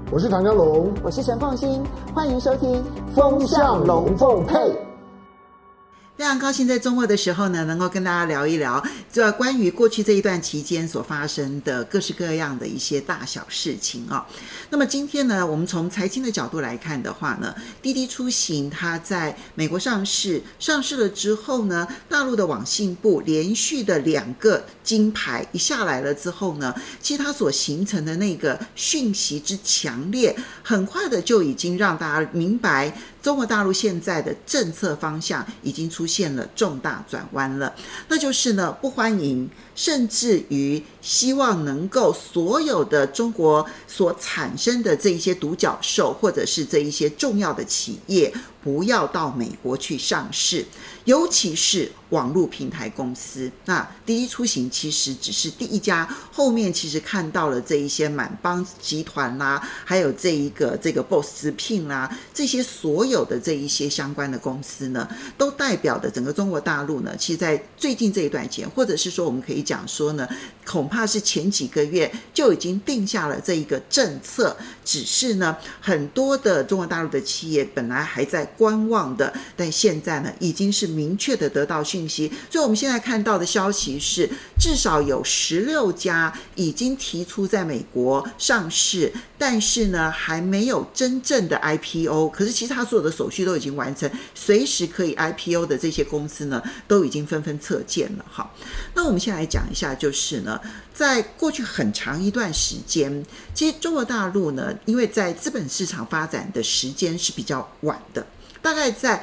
我是唐家龙， 我是陈凤馨，欢迎收听风向龙凤配。 非常高兴在周末的时候呢，能够跟大家聊一聊这关于过去这一段期间所发生的各式各样的一些大小事情啊。那么今天呢，我们从财经的角度来看的话呢，滴滴出行它在美国上市了之后呢，大陆的网信部连续的2个金牌一下来了之后呢，其实它所形成的那个讯息之强烈，很快的就已经让大家明白中国大陆现在的政策方向已经出现了重大转弯了，那就是呢，不欢迎，甚至于希望能够所有的中国所产生的这一些独角兽或者是这一些重要的企业不要到美国去上市，尤其是网络平台公司。那滴滴出行其实只是第一家，后面其实看到了这一些满帮集团啦，还有这个 BOSS 直聘啦，这些所有的这一些相关的公司呢，都代表的整个中国大陆呢，其实在最近这一段时间，或者是说我们可以讲说呢，恐怕是前几个月就已经定下了这一个政策，只是呢，很多的中国大陆的企业本来还在观望的，但现在呢，已经是明确的得到讯息。所以我们现在看到的消息是，至少有16家已经提出在美国上市，但是呢，还没有真正的 IPO。可是其实他所有的手续都已经完成，随时可以 IPO 的这些公司呢，都已经纷纷撤建了。好，那我们先来讲一下，就是呢，在过去很长一段时间，其实中国大陆呢，因为在资本市场发展的时间是比较晚的，大概在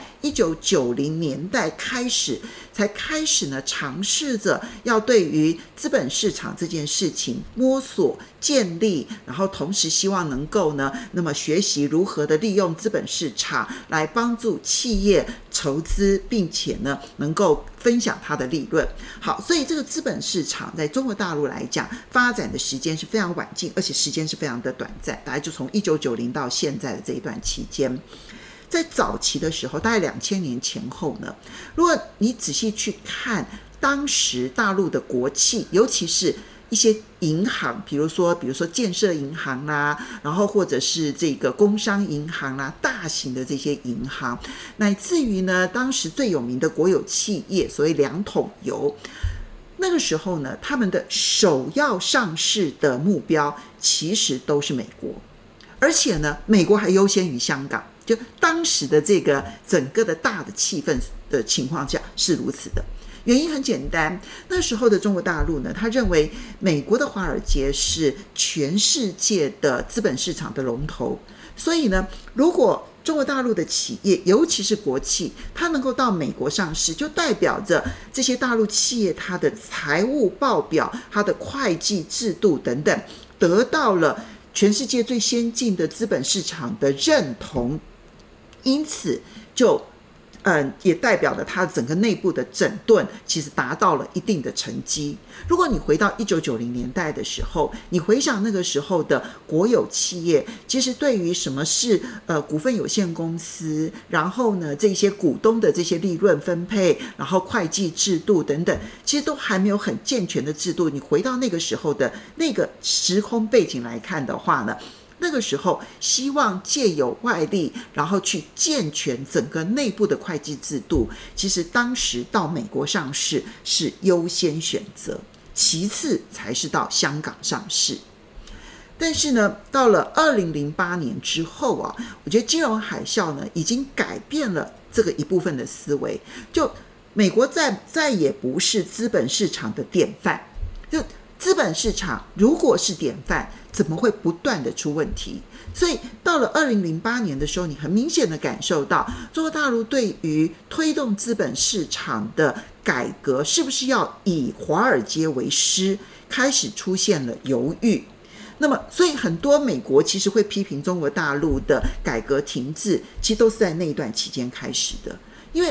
1990年代才开始呢，尝试着要对于资本市场这件事情摸索建立，然后同时希望能够呢，那么学习如何的利用资本市场来帮助企业筹资，并且呢，能够分享它的利润。好，所以这个资本市场在中国大陆来讲，发展的时间是非常晚近，而且时间是非常的短暂，大概就从1990到现在的这一段期间。在早期的时候，大概2000年前后呢，如果你仔细去看当时大陆的国企，尤其是一些银行，比如说建设银行啦，然后或者是这个工商银行啦，大型的这些银行，乃至于呢，当时最有名的国有企业，所谓2桶油，那个时候呢，他们的首要上市的目标其实都是美国，而且呢，美国还优先于香港。就当时的这个整个的大的气氛的情况下是如此的。原因很简单，那时候的中国大陆呢，他认为美国的华尔街是全世界的资本市场的龙头，所以呢，如果中国大陆的企业，尤其是国企，它能够到美国上市，就代表着这些大陆企业它的财务报表、它的会计制度等等，得到了全世界最先进的资本市场的认同，因此就也代表了它整个内部的整顿其实达到了一定的成绩。如果你回到1990年代的时候，你回想那个时候的国有企业，其实对于什么是股份有限公司，然后呢这些股东的这些利润分配，然后会计制度等等，其实都还没有很健全的制度。你回到那个时候的那个时空背景来看的话呢，那个时候希望借由外力，然后去健全整个内部的会计制度，其实当时到美国上市是优先选择，其次才是到香港上市。但是呢，到了2008年之后啊，我觉得金融海啸呢已经改变了这个一部分的思维，就美国再也不是资本市场的典范，就资本市场如果是典范，怎么会不断的出问题？所以到了2008年的时候，你很明显的感受到中国大陆对于推动资本市场的改革是不是要以华尔街为师，开始出现了犹豫。那么所以很多美国其实会批评中国大陆的改革停滞，其实都是在那一段期间开始的。因为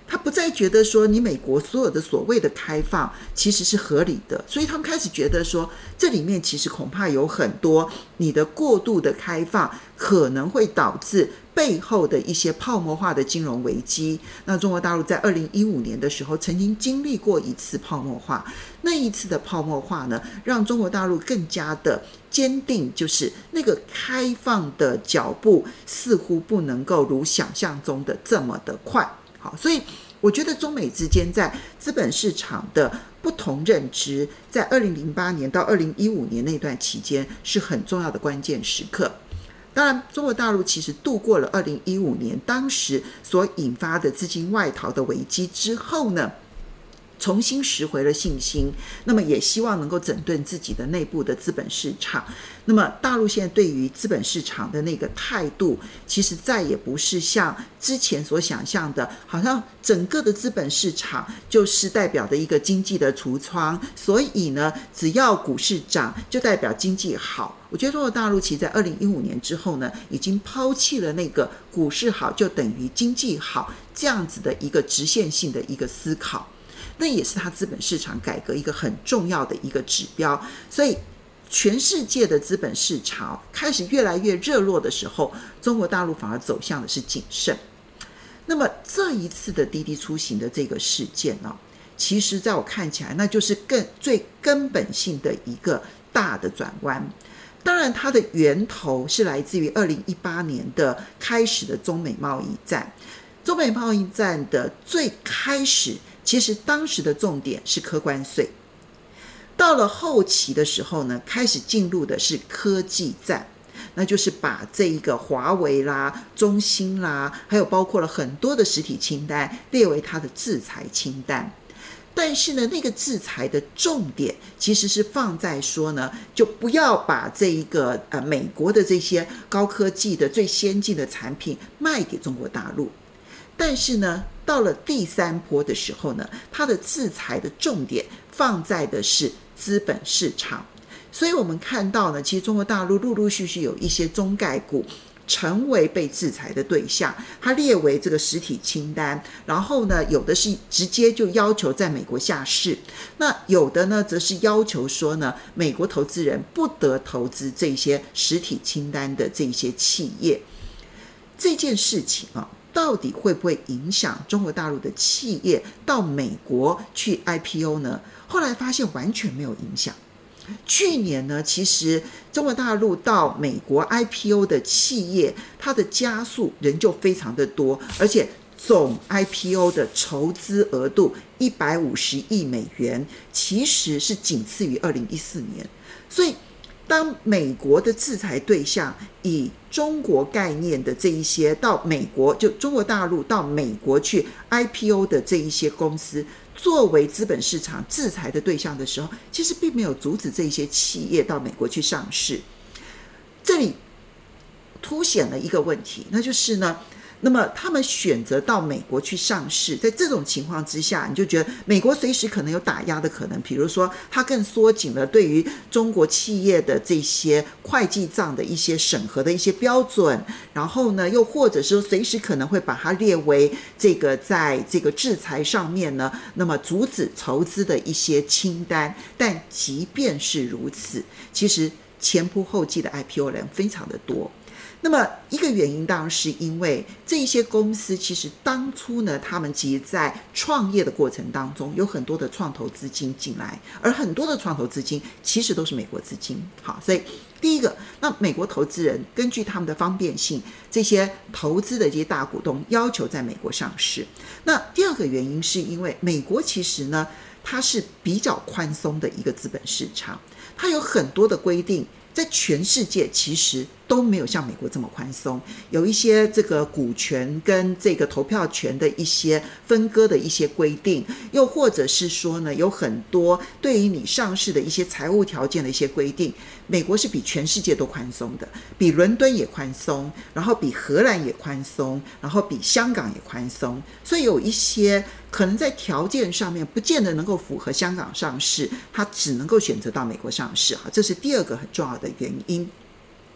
他不再觉得说你美国所有的所谓的开放其实是合理的，所以他们开始觉得说这里面其实恐怕有很多你的过度的开放可能会导致背后的一些泡沫化的金融危机。那中国大陆在2015年的时候曾经经历过一次泡沫化，那一次的泡沫化呢，让中国大陆更加的坚定，就是那个开放的脚步似乎不能够如想象中的这么的快。好，所以我觉得中美之间在资本市场的不同认知，在2008年到2015年那段期间是很重要的关键时刻。当然，中国大陆其实度过了2015年当时所引发的资金外逃的危机之后呢，重新拾回了信心，那么也希望能够整顿自己的内部的资本市场。那么大陆现在对于资本市场的那个态度，其实再也不是像之前所想象的，好像整个的资本市场就是代表的一个经济的橱窗，所以呢，只要股市涨就代表经济好。我觉得中国大陆其实在2015年之后呢，已经抛弃了那个股市好就等于经济好这样子的一个直线性的一个思考，那也是它资本市场改革一个很重要的一个指标。所以全世界的资本市场开始越来越热络的时候，中国大陆反而走向的是谨慎。那么这一次的滴滴出行的这个事件呢，其实在我看起来那就是最根本性的一个大的转弯。当然它的源头是来自于2018年的开始的中美贸易战。中美贸易战的最开始，其实当时的重点是科关税，到了后期的时候呢，开始进入的是科技战，那就是把这一个华为啦、中兴啦，还有包括了很多的实体清单列为它的制裁清单。但是呢，那个制裁的重点其实是放在说呢，就不要把这一个美国的这些高科技的最先进的产品卖给中国大陆。但是呢，到了第三波的时候呢，它的制裁的重点放在的是资本市场。所以我们看到呢，其实中国大陆陆陆续续有一些中概股成为被制裁的对象，它列为这个实体清单，然后呢，有的是直接就要求在美国下市，那有的呢，则是要求说呢，美国投资人不得投资这些实体清单的这些企业。这件事情啊，到底会不会影响中国大陆的企业到美国去 IPO 呢？后来发现完全没有影响。去年呢，其实中国大陆到美国 IPO 的企业，它的加速仍旧非常的多，而且总 IPO 的筹资额度150亿美元，其实是仅次于2014年。所以当美国的制裁对象以中国概念的这一些到美国，就中国大陆到美国去 IPO 的这一些公司作为资本市场制裁的对象的时候，其实并没有阻止这些企业到美国去上市。这里凸显了一个问题，那就是呢，那么他们选择到美国去上市，在这种情况之下，你就觉得美国随时可能有打压的可能，比如说它更缩紧了对于中国企业的这些会计账的一些审核的一些标准，然后呢，又或者说随时可能会把它列为这个在这个制裁上面呢，那么阻止筹资的一些清单。但即便是如此，其实前仆后继的 IPO 人非常的多。那么一个原因当然是因为这一些公司其实当初呢，他们其实在创业的过程当中有很多的创投资金进来，而很多的创投资金其实都是美国资金。好，所以第一个，那美国投资人根据他们的方便性，这些投资的这些大股东要求在美国上市。那第二个原因是因为美国其实呢，它是比较宽松的一个资本市场，它有很多的规定，在全世界其实都没有像美国这么宽松，有一些这个股权跟这个投票权的一些分割的一些规定，又或者是说呢，有很多对于你上市的一些财务条件的一些规定，美国是比全世界都宽松的，比伦敦也宽松，然后比荷兰也宽松，然后比香港也宽松。所以有一些可能在条件上面不见得能够符合香港上市，它只能够选择到美国上市，这是第二个很重要的原因。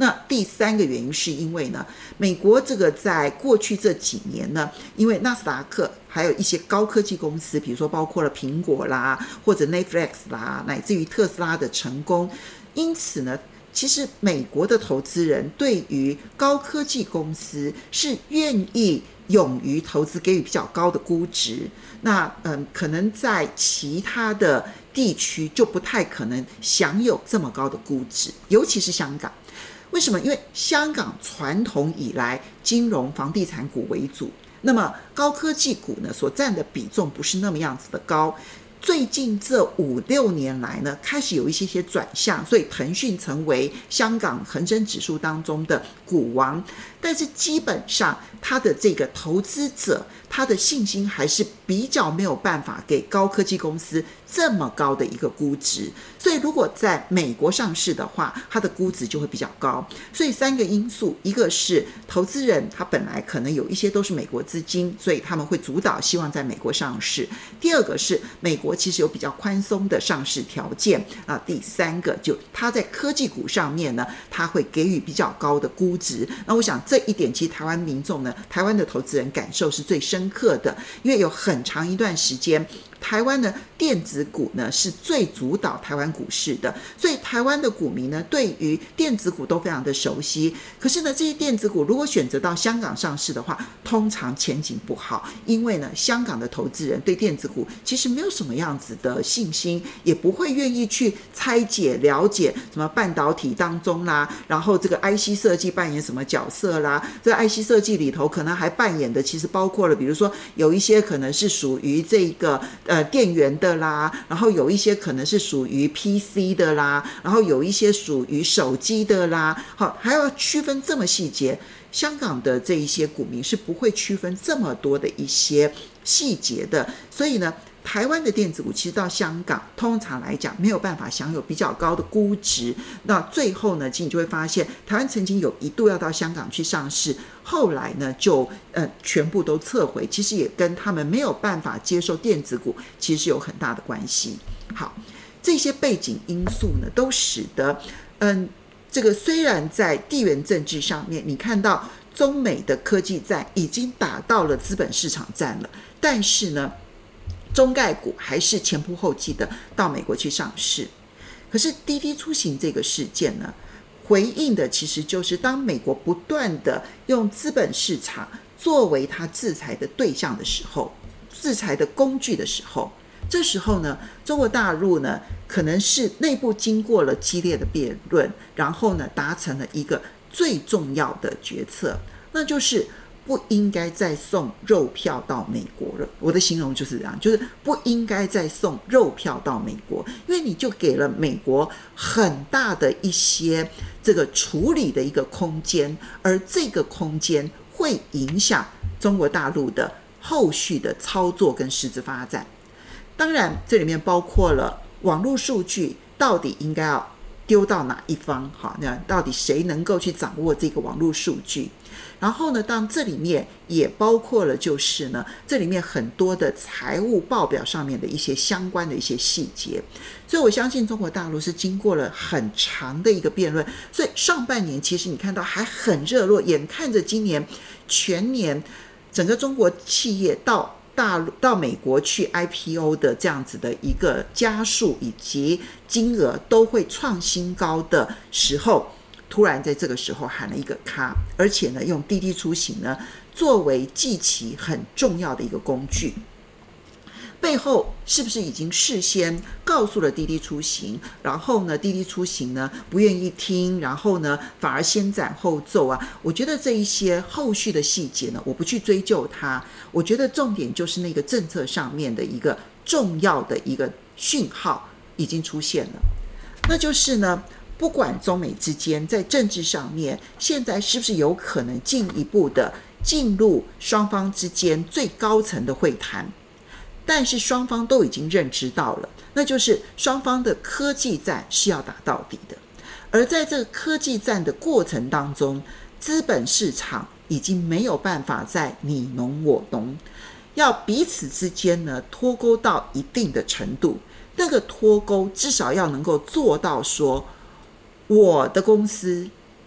那第三个原因是因为呢，美国这个在过去这几年呢，因为纳斯达克还有一些高科技公司，比如说包括了苹果啦，或者 Netflix 啦，乃至于特斯拉的成功，因此呢，其实美国的投资人对于高科技公司是愿意勇于投资，给予比较高的估值。那可能在其他的地区就不太可能享有这么高的估值，尤其是香港。为什么？因为香港传统以来金融房地产股为主，那么高科技股呢所占的比重不是那么样子的高。最近这5-6年来呢，开始有一些转向，所以腾讯成为香港恒生指数当中的股王。但是基本上他的这个投资者，他的信心还是比较没有办法给高科技公司这么高的一个估值，所以如果在美国上市的话，它的估值就会比较高。所以3个因素，一个是投资人他本来可能有一些都是美国资金，所以他们会主导希望在美国上市。第二个是美国其实有比较宽松的上市条件啊。第三个就他在科技股上面呢，他会给予比较高的估值。那我想这一点其实台湾民众呢，台湾的投资人感受是最深刻的，因为有很长一段时间台湾的电子股呢是最主导台湾股市的，所以台湾的股民呢对于电子股都非常的熟悉。可是呢，这些电子股如果选择到香港上市的话，通常前景不好，因为呢，香港的投资人对电子股其实没有什么样子的信心，也不会愿意去拆解了解什么半导体当中啦，然后这个 IC 设计扮演什么角色啦，这个 IC 设计里头可能还扮演的其实包括了，比如说有一些可能是属于这个电源的啦，然后有一些可能是属于 PC 的啦，然后有一些属于手机的啦，好，还要区分这么细节。香港的这一些股民是不会区分这么多的一些细节的，所以呢，台湾的电子股其实到香港通常来讲没有办法享有比较高的估值。那最后呢，其实你就会发现台湾曾经有一度要到香港去上市，后来呢就全部都撤回，其实也跟他们没有办法接受电子股其实有很大的关系。好，这些背景因素呢都使得这个虽然在地缘政治上面你看到中美的科技战已经打到了资本市场战了，但是呢中概股还是前仆后继的到美国去上市。可是滴滴出行这个事件呢，回应的其实就是当美国不断的用资本市场作为它制裁的对象的时候，制裁的工具的时候，这时候呢，中国大陆呢可能是内部经过了激烈的辩论，然后呢达成了一个最重要的决策，那就是不应该再送肉票到美国了。我的形容就是这样，就是不应该再送肉票到美国，因为你就给了美国很大的一些这个处理的一个空间，而这个空间会影响中国大陆的后续的操作跟实质发展。当然这里面包括了网络数据到底应该要丢到哪一方，好，那到底谁能够去掌握这个网络数据？然后呢，当然这里面也包括了就是呢，这里面很多的财务报表上面的一些相关的一些细节。所以我相信中国大陆是经过了很长的一个辩论，所以上半年其实你看到还很热络，眼看着今年全年整个中国企业到美国去 IPO 的这样子的一个家数以及金额都会创新高的时候，突然在这个时候喊了一个卡，而且呢用滴滴出行呢作为祭旗很重要的一个工具。背后是不是已经事先告诉了滴滴出行，然后呢滴滴出行呢不愿意听，然后呢反而先斩后奏啊？我觉得这一些后续的细节呢，我不去追究它，我觉得重点就是那个政策上面的一个重要的一个讯号已经出现了，那就是呢，不管中美之间在政治上面现在是不是有可能进一步的进入双方之间最高层的会谈，但是双方都已经认知到了，那就是双方的科技战是要打到底的。而在这个科技战的过程当中，资本市场已经没有办法再你侬我侬，要彼此之间呢脱钩到一定的程度。那个脱钩至少要能够做到说，我的公司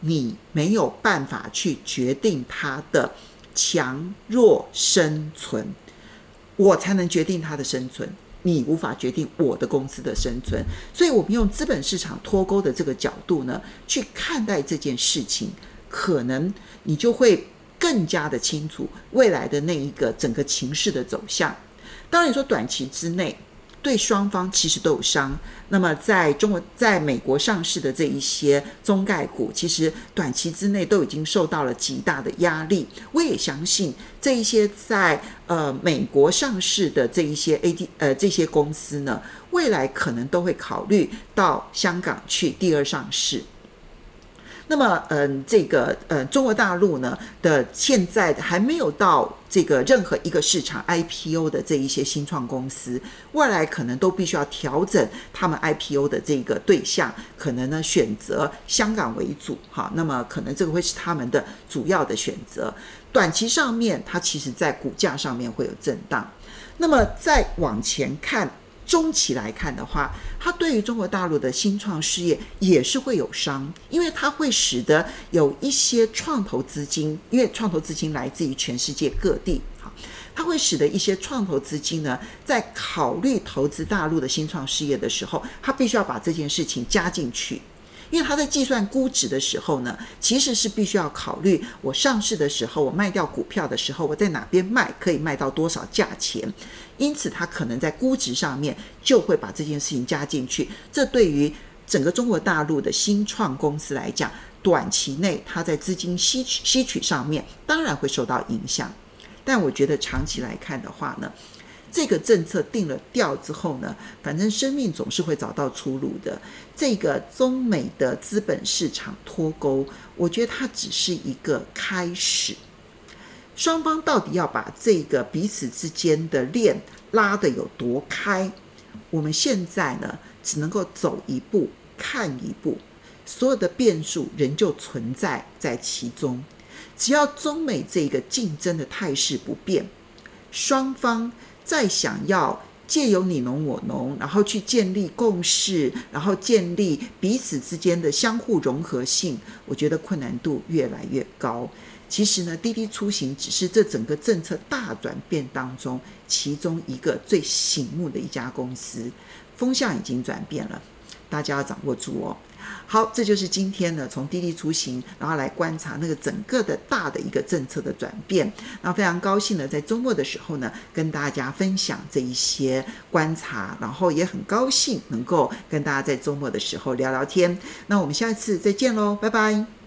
你没有办法去决定它的强弱生存，我才能决定它的生存，你无法决定我的公司的生存。所以我们用资本市场脱钩的这个角度呢，去看待这件事情，可能你就会更加的清楚未来的那一个整个情势的走向。当然你说短期之内对双方其实都有伤，那么在美国上市的这一些中概股，其实短期之内都已经受到了极大的压力。我也相信这一些在美国上市的这一些这些公司呢，未来可能都会考虑到香港去第二上市。那么中国大陆呢的现在还没有到这个任何一个市场 IPO 的这一些新创公司，未来可能都必须要调整他们 IPO 的这个对象，可能呢选择香港为主哈，那么可能这个会是他们的主要的选择。短期上面它其实在股价上面会有震荡，那么再往前看中期来看的话，它对于中国大陆的新创事业也是会有伤，因为它会使得有一些创投资金，因为创投资金来自于全世界各地，它会使得一些创投资金呢，在考虑投资大陆的新创事业的时候，它必须要把这件事情加进去。因为他在计算估值的时候呢，其实是必须要考虑我上市的时候，我卖掉股票的时候，我在哪边卖可以卖到多少价钱，因此他可能在估值上面就会把这件事情加进去。这对于整个中国大陆的新创公司来讲，短期内它在资金吸取上面当然会受到影响，但我觉得长期来看的话呢，这个政策定了调之后呢，反正生命总是会找到出路的。这个中美的资本市场脱钩，我觉得它只是一个开始。双方到底要把这个彼此之间的链拉得有多开，我们现在呢只能够走一步看一步，所有的变数仍旧存在其中。只要中美这个竞争的态势不变，双方再想要借由你侬我侬，然后去建立共识，然后建立彼此之间的相互融合性，我觉得困难度越来越高。其实呢，滴滴出行只是这整个政策大转变当中其中一个最醒目的一家公司，风向已经转变了，大家要掌握住哦。好，这就是今天呢从滴滴出行然后来观察那个整个的大的一个政策的转变，然后非常高兴的在周末的时候呢跟大家分享这一些观察，然后也很高兴能够跟大家在周末的时候聊聊天。那我们下次再见咯，拜拜。